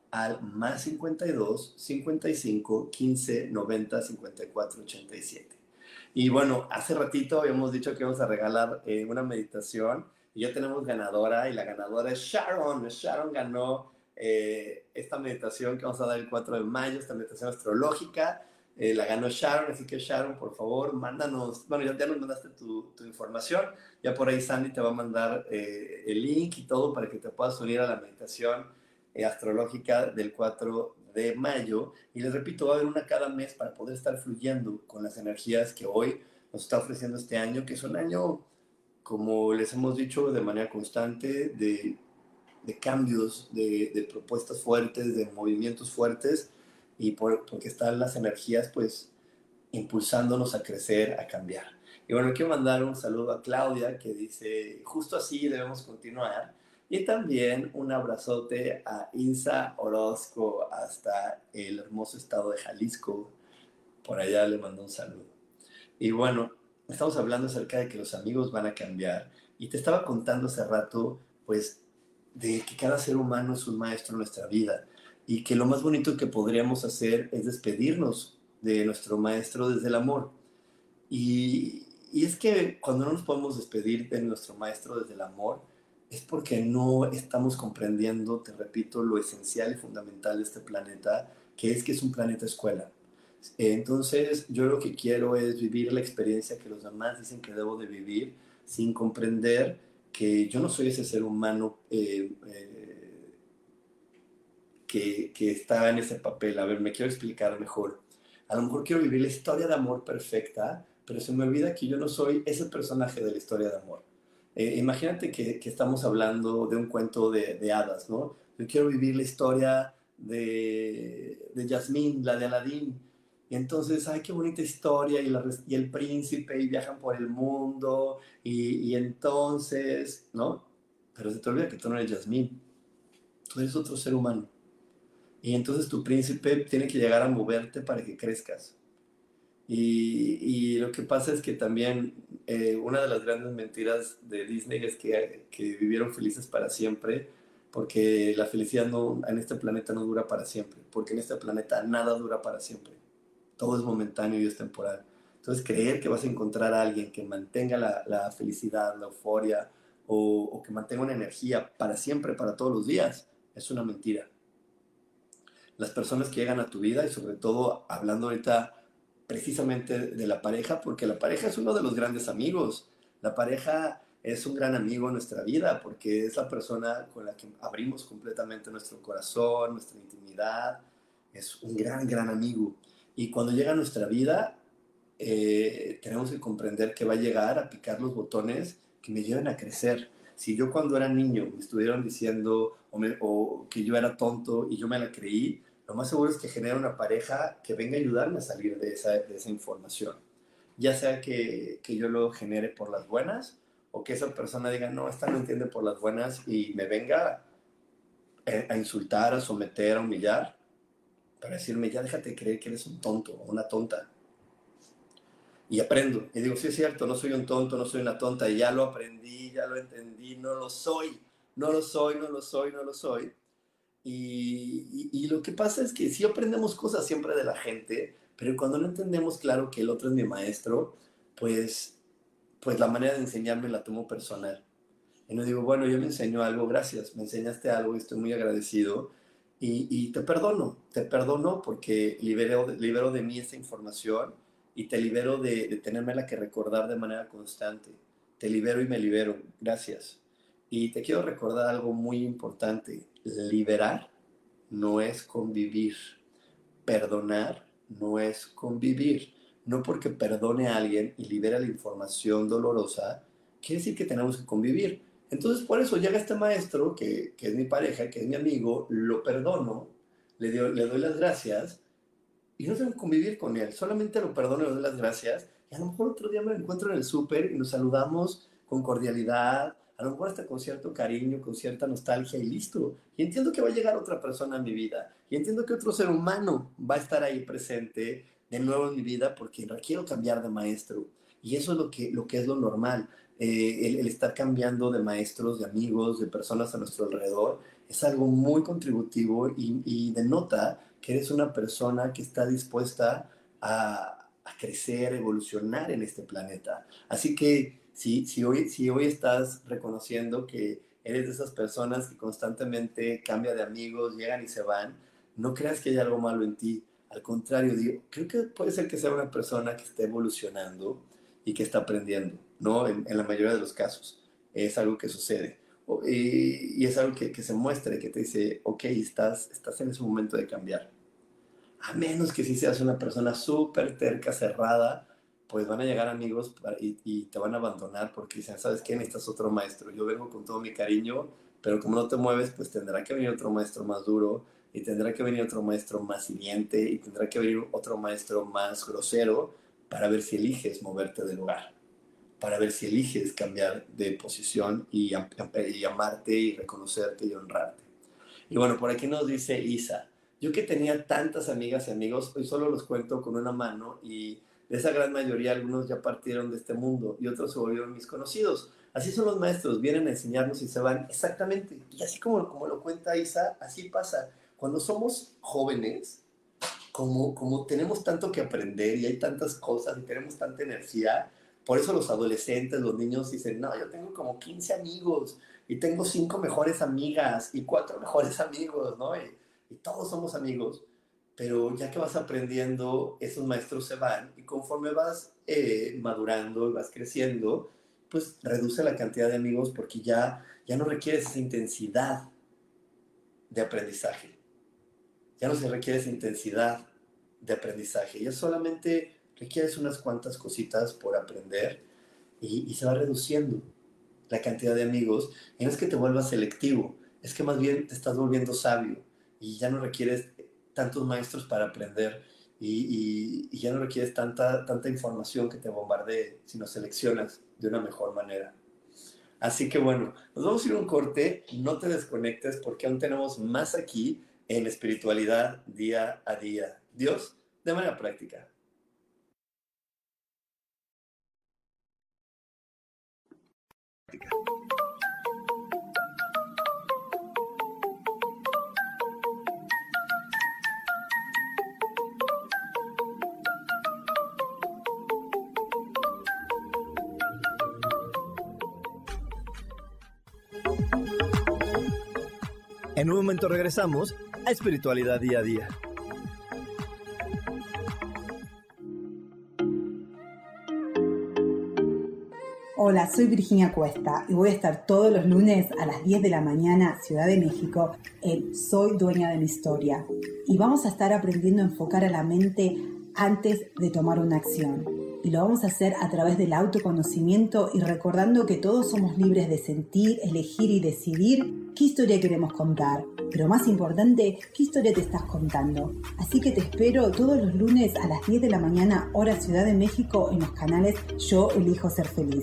al más cincuenta y dos, cincuenta y cinco, quince, noventa, cincuenta y cuatro, ochenta y siete. Y bueno, hace ratito habíamos dicho que íbamos a regalar eh, una meditación y ya tenemos ganadora, y la ganadora es Sharon. Sharon ganó eh, esta meditación que vamos a dar el cuatro de mayo, esta meditación astrológica. Eh, la ganó Sharon, así que Sharon, por favor, mándanos, bueno, ya, ya nos mandaste tu, tu información, ya por ahí Sandy te va a mandar eh, el link y todo para que te puedas unir a la meditación eh, astrológica del cuatro de mayo. Y les repito, va a haber una cada mes para poder estar fluyendo con las energías que hoy nos está ofreciendo este año, que es un año, como les hemos dicho, de manera constante, de, de cambios, de, de propuestas fuertes, de movimientos fuertes, y por, porque están las energías pues impulsándonos a crecer, a cambiar. Y bueno, quiero mandar un saludo a Claudia, que dice, justo así debemos continuar. Y también un abrazote a Insa Orozco, hasta el hermoso estado de Jalisco. Por allá le mando un saludo. Y bueno, estamos hablando acerca de que los amigos van a cambiar. Y te estaba contando hace rato, pues, de que cada ser humano es un maestro en nuestra vida. Y que lo más bonito que podríamos hacer es despedirnos de nuestro maestro desde el amor. Y, y es que cuando no nos podemos despedir de nuestro maestro desde el amor, es porque no estamos comprendiendo, te repito, lo esencial y fundamental de este planeta, que es que es un planeta escuela. Entonces, yo lo que quiero es vivir la experiencia que los demás dicen que debo de vivir, sin comprender que yo no soy ese ser humano eh, eh, que, que está en ese papel. A ver, me quiero explicar mejor. A lo mejor quiero vivir la historia de amor perfecta, pero se me olvida que yo no soy ese personaje de la historia de amor. Eh, imagínate que, que estamos hablando de un cuento de, de hadas, ¿no? Yo quiero vivir la historia de, de Jasmine, la de Aladín. Y entonces, ay, qué bonita historia, y, la, y el príncipe, y viajan por el mundo, y, y entonces, ¿no? Pero se te olvida que tú no eres Jasmine, tú eres otro ser humano. Y entonces tu príncipe tiene que llegar a moverte para que crezcas. Y, y lo que pasa es que también eh, una de las grandes mentiras de Disney es que, que vivieron felices para siempre, porque la felicidad no, en este planeta no dura para siempre, porque en este planeta nada dura para siempre. Todo es momentáneo y es temporal. Entonces, creer que vas a encontrar a alguien que mantenga la, la felicidad, la euforia, o, o que mantenga una energía para siempre, para todos los días, es una mentira. Las personas que llegan a tu vida, y sobre todo hablando ahorita precisamente de la pareja, porque la pareja es uno de los grandes amigos. La pareja es un gran amigo en nuestra vida, porque es la persona con la que abrimos completamente nuestro corazón, nuestra intimidad. Es un gran, gran amigo. Y cuando llega a nuestra vida, eh, tenemos que comprender que va a llegar a picar los botones que me lleven a crecer. Si yo cuando era niño me estuvieron diciendo o, me, o que yo era tonto y yo me la creí, lo más seguro es que genere una pareja que venga a ayudarme a salir de esa, de esa información. Ya sea que, que yo lo genere por las buenas, o que esa persona diga, no, esta no entiende por las buenas, y me venga a, a insultar, a someter, a humillar, para decirme, ya déjate creer que eres un tonto o una tonta. Y aprendo. Y digo, sí es cierto, no soy un tonto, no soy una tonta, y ya lo aprendí, ya lo entendí, no lo soy, no lo soy, no lo soy, no lo soy. Y, y, y lo que pasa es que sí aprendemos cosas siempre de la gente, pero cuando no entendemos, claro, que el otro es mi maestro, pues, pues la manera de enseñarme la tomo personal. Y no digo, bueno, yo me enseño algo, gracias, me enseñaste algo y estoy muy agradecido. Y, y te perdono, te perdono porque libero, libero de mí esta información, y te libero de, de tenérmela que recordar de manera constante. Te libero y me libero, gracias. Y te quiero recordar algo muy importante. Liberar no es convivir. Perdonar no es convivir. No porque perdone a alguien y libera la información dolorosa, quiere decir que tenemos que convivir. Entonces, por eso llega este maestro, que, que es mi pareja, que es mi amigo, lo perdono, le, dio, le doy las gracias, y no tengo que convivir con él. Solamente lo perdono, le doy las gracias, y a lo mejor otro día me lo encuentro en el súper y nos saludamos con cordialidad, a lo mejor hasta con cierto cariño, con cierta nostalgia, y listo. Y entiendo que va a llegar otra persona a mi vida, y entiendo que otro ser humano va a estar ahí presente de nuevo en mi vida, porque quiero cambiar de maestro. Y eso es lo que, lo que es lo normal. eh, el, el estar cambiando de maestros, de amigos, de personas a nuestro alrededor, es algo muy contributivo y, y denota que eres una persona que está dispuesta a, a crecer, evolucionar en este planeta. Así que si, si, hoy, si hoy estás reconociendo que eres de esas personas que constantemente cambia de amigos, llegan y se van, no creas que hay algo malo en ti. Al contrario, digo, creo que puede ser que sea una persona que esté evolucionando y que está aprendiendo, ¿no? En, en la mayoría de los casos. Es algo que sucede. Y, y es algo que, que se muestra y que te dice, ok, estás, estás en ese momento de cambiar. A menos que si seas una persona súper terca, cerrada, pues van a llegar amigos y, y te van a abandonar porque dicen, ¿sabes qué? Necesitas otro maestro. Yo vengo con todo mi cariño, pero como no te mueves, pues tendrá que venir otro maestro más duro, y tendrá que venir otro maestro más hiriente, y tendrá que venir otro maestro más grosero para ver si eliges moverte del lugar, para ver si eliges cambiar de posición y, y amarte y reconocerte y honrarte. Y bueno, por aquí nos dice Isa, yo que tenía tantas amigas y amigos, hoy solo los cuento con una mano, y de esa gran mayoría algunos ya partieron de este mundo y otros se volvieron mis conocidos. Así son los maestros, vienen a enseñarnos y se van. Exactamente. Y así como, como lo cuenta Isa, así pasa. Cuando somos jóvenes, como, como tenemos tanto que aprender y hay tantas cosas y tenemos tanta energía, por eso los adolescentes, los niños dicen, no, yo tengo como quince amigos y tengo cinco mejores amigas y cuatro mejores amigos, ¿no? Y, y todos somos amigos, pero ya que vas aprendiendo, esos maestros se van y conforme vas eh, madurando y vas creciendo, pues reduce la cantidad de amigos porque ya, ya no requieres esa intensidad de aprendizaje. Ya no se requiere esa intensidad de aprendizaje. Ya solamente requieres unas cuantas cositas por aprender y, y se va reduciendo la cantidad de amigos. Y no es que te vuelvas selectivo, es que más bien te estás volviendo sabio y ya no requieres tantos maestros para aprender y, y, y ya no requieres tanta, tanta información que te bombardee, sino seleccionas de una mejor manera. Así que bueno, nos vamos a ir a un corte, no te desconectes porque aún tenemos más aquí en espiritualidad día a día. Dios, de manera práctica. En un momento regresamos a Espiritualidad Día a Día. Hola, soy Virginia Cuesta y voy a estar todos los lunes a las diez de la mañana, Ciudad de México, en Soy Dueña de mi Historia. Y vamos a estar aprendiendo a enfocar a la mente antes de tomar una acción. Y lo vamos a hacer a través del autoconocimiento y recordando que todos somos libres de sentir, elegir y decidir qué historia queremos contar. Pero más importante, qué historia te estás contando. Así que te espero todos los lunes a las diez de la mañana, hora Ciudad de México, en los canales Yo Elijo Ser Feliz.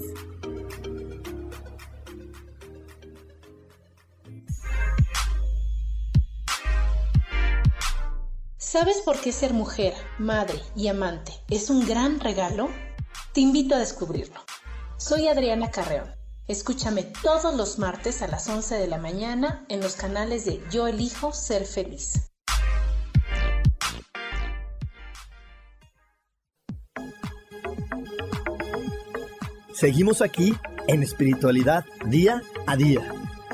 ¿Sabes por qué ser mujer, madre y amante es un gran regalo? Te invito a descubrirlo. Soy Adriana Carreón. Escúchame todos los martes a las once de la mañana en los canales de Yo Elijo Ser Feliz. Seguimos aquí en Espiritualidad Día a Día.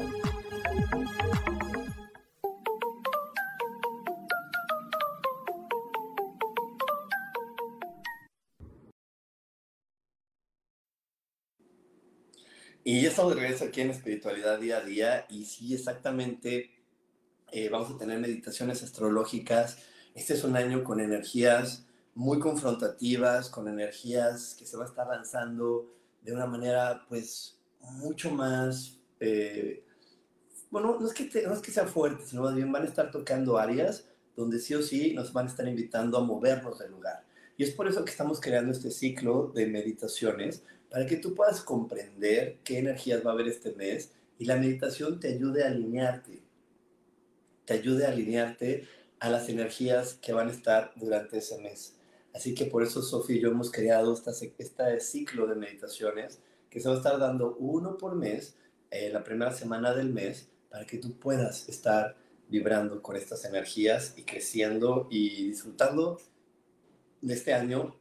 Y ya estamos de regreso aquí en Espiritualidad Día a Día y sí, exactamente, eh, vamos a tener meditaciones astrológicas. Este es un año con energías muy confrontativas, con energías que se va a estar lanzando de una manera pues mucho más, eh, bueno, no es, que te, no es que sea fuerte, sino más bien van a estar tocando áreas donde sí o sí nos van a estar invitando a movernos del lugar. Y es por eso que estamos creando este ciclo de meditaciones, para que tú puedas comprender qué energías va a haber este mes y la meditación te ayude a alinearte, te ayude a alinearte a las energías que van a estar durante ese mes. Así que por eso Sofía y yo hemos creado esta, este ciclo de meditaciones que se va a estar dando uno por mes, eh, la primera semana del mes, para que tú puedas estar vibrando con estas energías y creciendo y disfrutando de este año,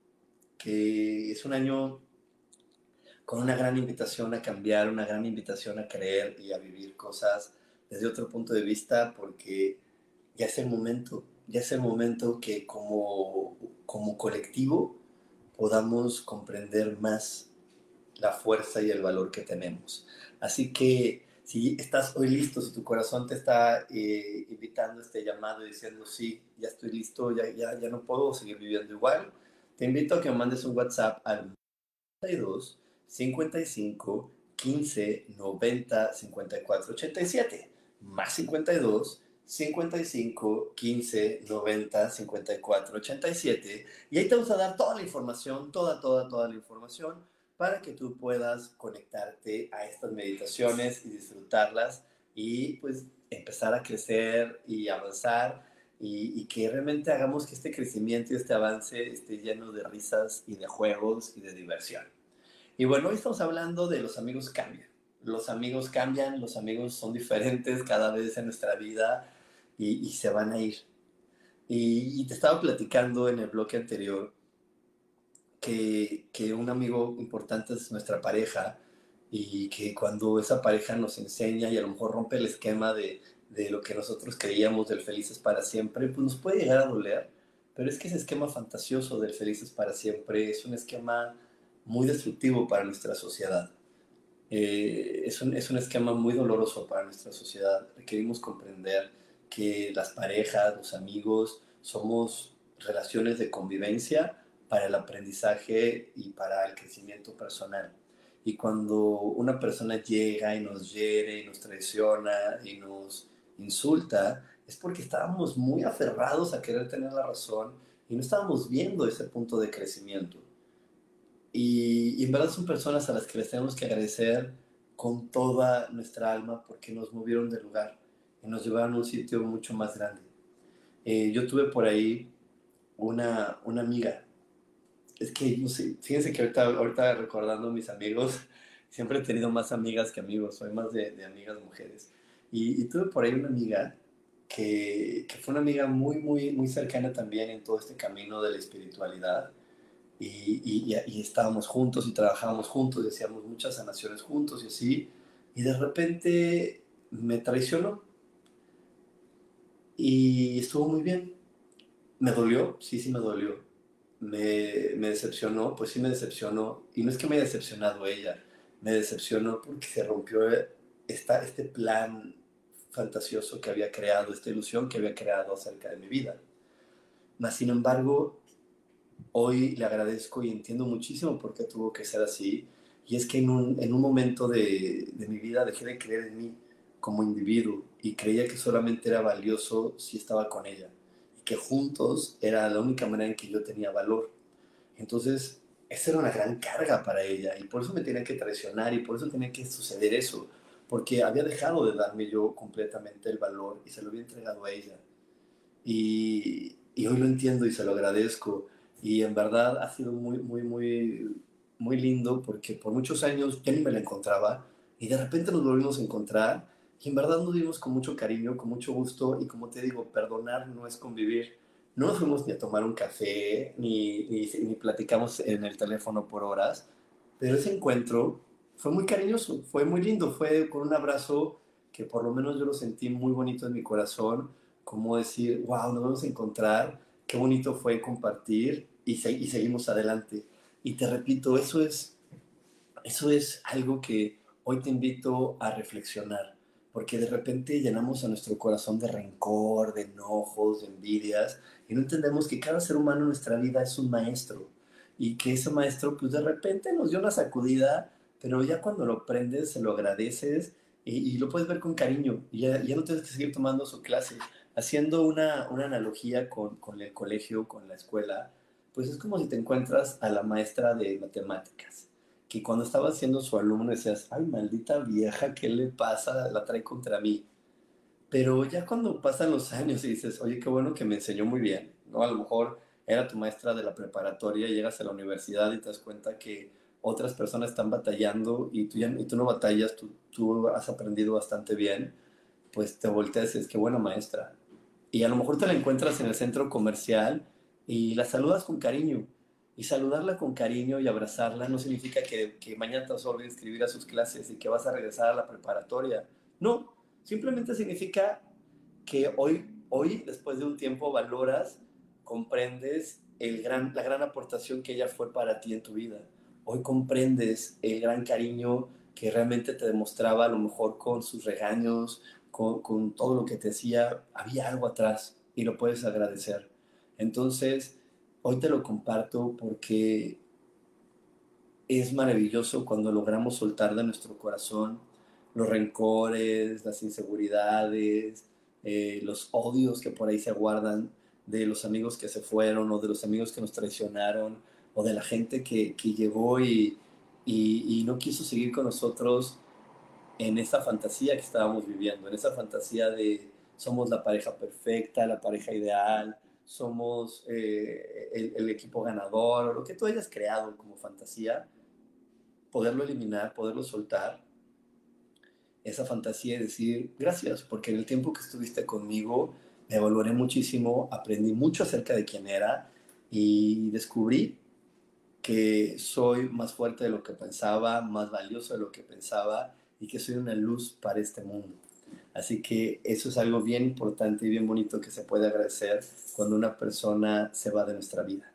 que es un año con una gran invitación a cambiar, una gran invitación a creer y a vivir cosas desde otro punto de vista, porque ya es el momento, ya es el momento que como, como colectivo podamos comprender más la fuerza y el valor que tenemos. Así que si estás hoy listo, si tu corazón te está eh, invitando este llamado y diciendo, sí, ya estoy listo, ya, ya, ya no puedo seguir viviendo igual, te invito a que me mandes un WhatsApp al noventa y dos, cincuenta y cinco, quince, noventa, cincuenta y cuatro, ochenta y siete, más cincuenta y dos, cincuenta y cinco, quince, noventa, cincuenta y cuatro, ochenta y siete, y ahí te vamos a dar toda la información, toda, toda, toda la información, para que tú puedas conectarte a estas meditaciones y disfrutarlas y pues empezar a crecer y avanzar y, y que realmente hagamos que este crecimiento y este avance esté lleno de risas y de juegos y de diversión. Y bueno, hoy estamos hablando de los amigos cambian. Los amigos cambian, los amigos son diferentes cada vez en nuestra vida y, y se van a ir. Y, y te estaba platicando en el bloque anterior Que, que un amigo importante es nuestra pareja y que cuando esa pareja nos enseña y a lo mejor rompe el esquema de, de lo que nosotros creíamos del felices para siempre, pues nos puede llegar a doler, pero es que ese esquema fantasioso del felices para siempre es un esquema muy destructivo para nuestra sociedad. Eh, es, un, es un esquema muy doloroso para nuestra sociedad. Requerimos comprender que las parejas, los amigos, somos relaciones de convivencia para el aprendizaje y para el crecimiento personal. Y cuando una persona llega y nos hiere y nos traiciona y nos insulta, es porque estábamos muy aferrados a querer tener la razón y no estábamos viendo ese punto de crecimiento. Y, y en verdad son personas a las que les tenemos que agradecer con toda nuestra alma porque nos movieron del lugar y nos llevaron a un sitio mucho más grande. Eh, yo tuve por ahí una, una amiga. Es que, no sé, fíjense que ahorita, ahorita recordando a mis amigos, siempre he tenido más amigas que amigos, soy más de, de amigas mujeres. Y, y tuve por ahí una amiga que, que fue una amiga muy, muy, muy cercana también en todo este camino de la espiritualidad. Y, y, y estábamos juntos y trabajábamos juntos y hacíamos muchas sanaciones juntos y así. Y de repente me traicionó y estuvo muy bien. ¿Me dolió? Sí, sí me dolió. Me, me decepcionó, pues sí me decepcionó, y no es que me haya decepcionado ella, me decepcionó porque se rompió esta, este plan fantasioso que había creado, esta ilusión que había creado acerca de mi vida. Mas, sin embargo, hoy le agradezco y entiendo muchísimo por qué tuvo que ser así, y es que en un, en un momento de, de mi vida dejé de creer en mí como individuo y creía que solamente era valioso si estaba con ella, que juntos era la única manera en que yo tenía valor. Entonces, esa era una gran carga para ella y por eso me tenía que traicionar y por eso tenía que suceder eso, porque había dejado de darme yo completamente el valor y se lo había entregado a ella. Y, y hoy lo entiendo y se lo agradezco y en verdad ha sido muy, muy, muy, muy lindo porque por muchos años ya ni me la encontraba y de repente nos volvimos a encontrar. Y en verdad nos vimos con mucho cariño, con mucho gusto, y como te digo, perdonar no es convivir. No nos fuimos ni a tomar un café, ni, ni, ni platicamos en el teléfono por horas, pero ese encuentro fue muy cariñoso, fue muy lindo, fue con un abrazo que por lo menos yo lo sentí muy bonito en mi corazón, como decir, wow, nos vamos a encontrar, qué bonito fue compartir, y, se, y seguimos adelante. Y te repito, eso es, eso es algo que hoy te invito a reflexionar. Porque de repente llenamos a nuestro corazón de rencor, de enojos, de envidias, y no entendemos que cada ser humano en nuestra vida es un maestro, y que ese maestro pues de repente nos dio una sacudida, pero ya cuando lo aprendes, se lo agradeces, y, y lo puedes ver con cariño, y ya, ya no tienes que seguir tomando su clase. Haciendo una, una analogía con, con el colegio, con la escuela, pues es como si te encuentras a la maestra de matemáticas, que cuando estaba siendo su alumno decías, ay, maldita vieja, ¿qué le pasa? La trae contra mí. Pero ya cuando pasan los años y dices, oye, qué bueno que me enseñó muy bien, ¿no? A lo mejor era tu maestra de la preparatoria, llegas a la universidad y te das cuenta que, otras personas están batallando y tú, ya, y tú no batallas, tú, tú has aprendido bastante bien, pues te volteas y dices, qué buena maestra. Y a lo mejor te la encuentras en el centro comercial y la saludas con cariño. Y saludarla con cariño y abrazarla no significa que, que mañana te vas a volver a inscribir a sus clases y que vas a regresar a la preparatoria. No, simplemente significa que hoy, hoy después de un tiempo, valoras, comprendes el gran, la gran aportación que ella fue para ti en tu vida. Hoy comprendes el gran cariño que realmente te demostraba, a lo mejor con sus regaños, con, con todo lo que te hacía, había algo atrás y lo puedes agradecer. Entonces, hoy te lo comparto porque es maravilloso cuando logramos soltar de nuestro corazón los rencores, las inseguridades, eh, los odios que por ahí se guardan de los amigos que se fueron o de los amigos que nos traicionaron o de la gente que, que llegó y, y, y no quiso seguir con nosotros en esa fantasía que estábamos viviendo, en esa fantasía de somos la pareja perfecta, la pareja ideal, somos eh, el, el equipo ganador, o lo que tú hayas creado como fantasía, poderlo eliminar, poderlo soltar, esa fantasía y decir gracias, porque en el tiempo que estuviste conmigo me valoré muchísimo, aprendí mucho acerca de quién era y descubrí que soy más fuerte de lo que pensaba, más valioso de lo que pensaba y que soy una luz para este mundo. Así que eso es algo bien importante y bien bonito que se puede agradecer cuando una persona se va de nuestra vida.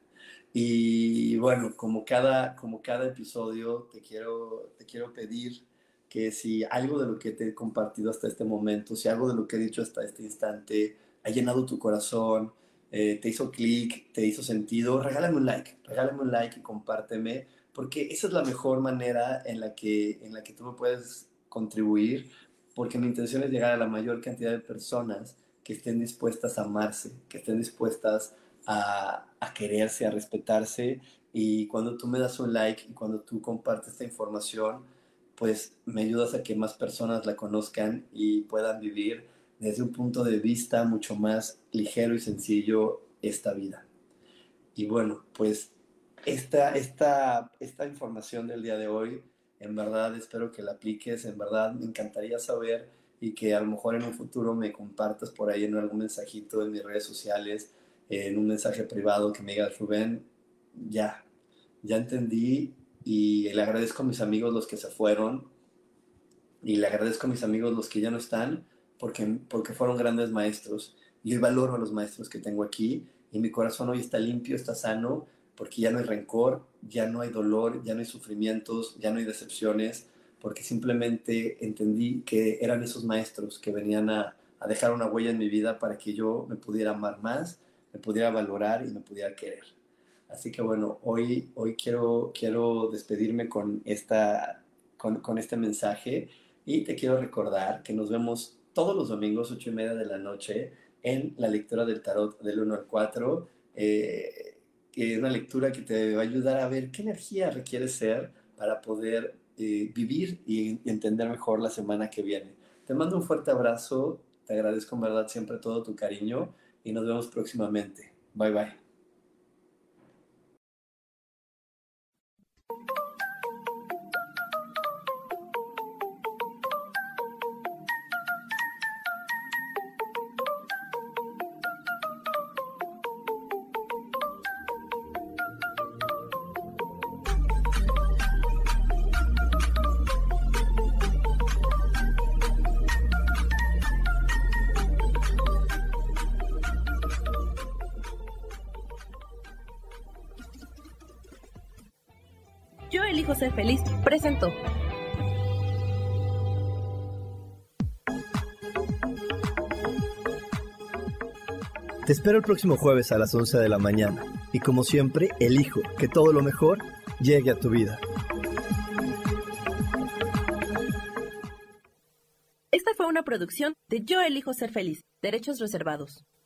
Y bueno, como cada, como cada episodio, te quiero, te quiero pedir que si algo de lo que te he compartido hasta este momento, si algo de lo que he dicho hasta este instante ha llenado tu corazón, eh, te hizo clic, te hizo sentido, regálame un like, regálame un like y compárteme, porque esa es la mejor manera en la que, en la que tú me puedes contribuir, porque mi intención es llegar a la mayor cantidad de personas que estén dispuestas a amarse, que estén dispuestas a, a quererse, a respetarse, y cuando tú me das un like y cuando tú compartes esta información, pues me ayudas a que más personas la conozcan y puedan vivir desde un punto de vista mucho más ligero y sencillo esta vida. Y bueno, pues esta, esta, esta información del día de hoy, en verdad espero que la apliques, en verdad me encantaría saber y que a lo mejor en un futuro me compartas por ahí en algún mensajito en mis redes sociales, en un mensaje privado que me digas, Rubén, ya, ya entendí y le agradezco a mis amigos los que se fueron y le agradezco a mis amigos los que ya no están porque, porque fueron grandes maestros. Y hoy valoro a los maestros que tengo aquí y mi corazón hoy está limpio, está sano, porque ya no hay rencor, ya no hay dolor, ya no hay sufrimientos, ya no hay decepciones, porque simplemente entendí que eran esos maestros que venían a, a dejar una huella en mi vida para que yo me pudiera amar más, me pudiera valorar y me pudiera querer. Así que bueno, hoy, hoy quiero, quiero despedirme con, esta, con, con este mensaje y te quiero recordar que nos vemos todos los domingos, ocho y media de la noche, en la lectura del tarot del uno al cuatro, eh, que es una lectura que te va a ayudar a ver qué energía requiere ser para poder eh, vivir y entender mejor la semana que viene. Te mando un fuerte abrazo, te agradezco en verdad siempre todo tu cariño y nos vemos próximamente. Bye bye. Yo elijo ser feliz, presentó. Te espero el próximo jueves a las once de la mañana y como siempre, elijo que todo lo mejor llegue a tu vida. Esta fue una producción de Yo elijo ser feliz, derechos reservados.